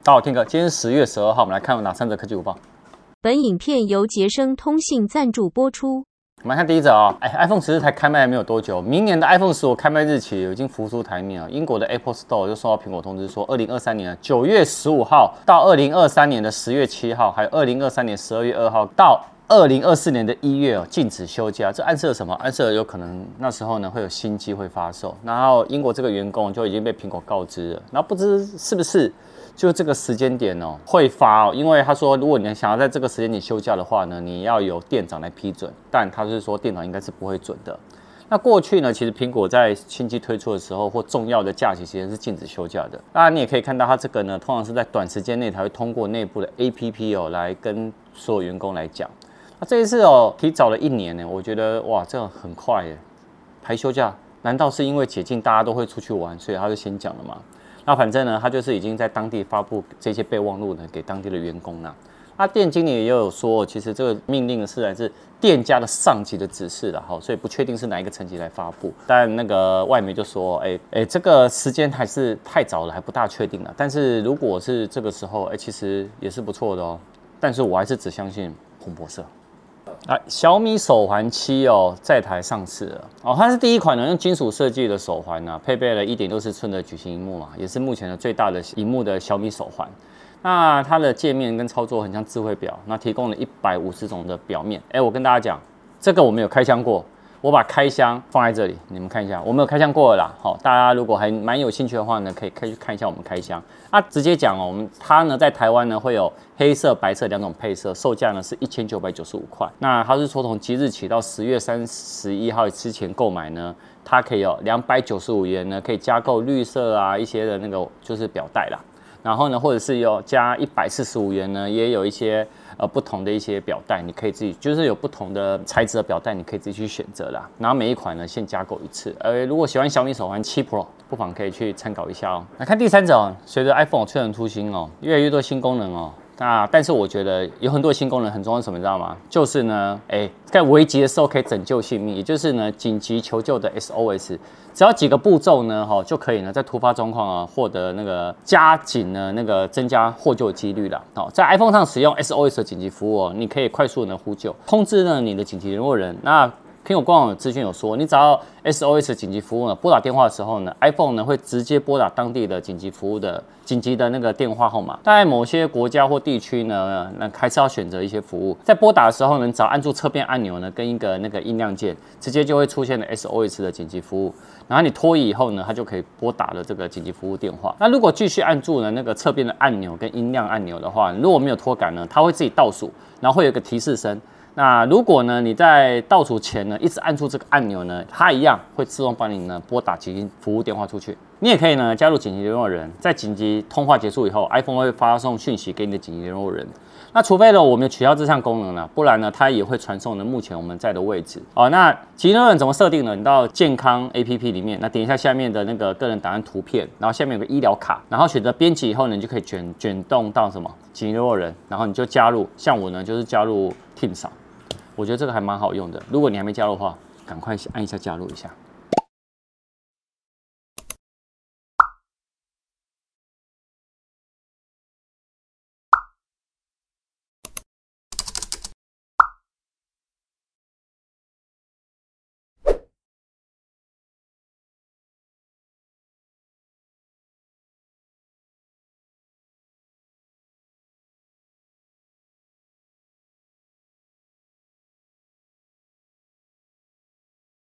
大家好，天哥，今天是10月12号，我们来看哪3则科技午报。 本影片由杰生通信赞助播出。 我们来看第一则啊，iPhone 14才开卖没有多久，明年的 iPhone 15开卖日期已经浮出台面了。英国的 Apple Store 就收到苹果通知说，2023年9月15号到2023年的10月7号，还有2023年12月2号到2024年的1月禁止休假。这暗示了什么？暗示了有可能那时候呢会有新机会发售。然后英国这个员工就已经被苹果告知了，然后不知是不是就这个时间点会发因为他说如果你想要在这个时间点休假的话呢，你要由店长来批准，但他是说店长应该是不会准的。那过去呢，其实苹果在新机推出的时候或重要的假期时间是禁止休假的。当然你也可以看到，它这个呢通常是在短时间内才会通过内部的 APP 来跟所有员工来讲。那这一次提早了1年呢，我觉得哇，这样很快耶，排休假，难道是因为解禁大家都会出去玩，所以他就先讲了吗？那反正呢，他就是已经在当地发布这些备忘录呢给当地的员工啦。那店经理也有说，其实这个命令是来自店家的上级的指示啦，所以不确定是哪一个层级来发布。但那个外媒就说，这个时间还是太早了，还不大确定了。但是如果是这个时候，其实也是不错的哦。但是我还是只相信彭博社。小米手环7在台上市了它是第一款呢用金属设计的手环配备了1.64寸的矩形萤幕嘛，也是目前的最大的萤幕的小米手环。那它的界面跟操作很像智慧表，那提供了150种的表面。我跟大家讲，这个我们有开箱过，我把开箱放在这里，你们看一下，我们有开箱过了啦。大家如果还蛮有兴趣的话呢，可以去看一下我们开箱。直接讲它呢在台湾呢会有黑色、白色2种配色，售价呢是1995块。那它是说从即日起到10月31号之前购买呢，它可以有295元呢可以加购绿色一些的那个就是表带啦。然后呢，或者是有加145元呢，也有一些不同的一些表带，你可以自己就是有不同的材质的表带，你可以自己去选择啦。然后每一款呢限加购1次。如果喜欢小米手环7 Pro， 不妨可以去参考一下哦。来看第3则随着 iPhone 推陈出新越来越多新功能但是我觉得有很多新功能很重要，什么你知道吗？就是呢，在危急的时候可以拯救性命，也就是呢紧急求救的 SOS， 只要几个步骤呢，就可以呢在突发状况获得那个加紧呢那个增加获救几率啦。在 iPhone 上使用 SOS 的紧急服务你可以快速的呼救，通知呢你的紧急联络人。那苹果官网的资讯有说，你只要 SOS 紧急服务拨打电话的时候呢 ，iPhone 呢会直接拨打当地的紧急服务的紧急的那个电话号码。在某些国家或地区呢，还是要选择一些服务。在拨打的时候呢，只要按住侧边按钮呢，跟一个那个音量键，直接就会出现了 SOS 的紧急服务。然后你拖移以后呢，它就可以拨打了这个紧急服务电话。那如果继续按住呢那个侧边的按钮跟音量按钮的话，如果没有拖杆呢，它会自己倒数，然后会有一个提示声。那如果呢你在倒数前呢一直按住这个按钮呢，它一样会自动帮你呢拨打紧急服务电话出去。你也可以呢加入紧急联络人，在紧急通话结束以后 ，iPhone 会发送讯息给你的紧急联络人。那除非呢我们取消这项功能了，不然呢它也会传送呢目前我们在的位置。那紧急联络人怎么设定呢？你到健康 APP 里面，那点一下下面的那个个人档案图片，然后下面有个医疗卡，然后选择编辑以后呢，你就可以卷动到什么紧急联络人，然后你就加入。像我呢就是加入 Teams。我觉得这个还蛮好用的，如果你还没加入的话，赶快按一下加入一下。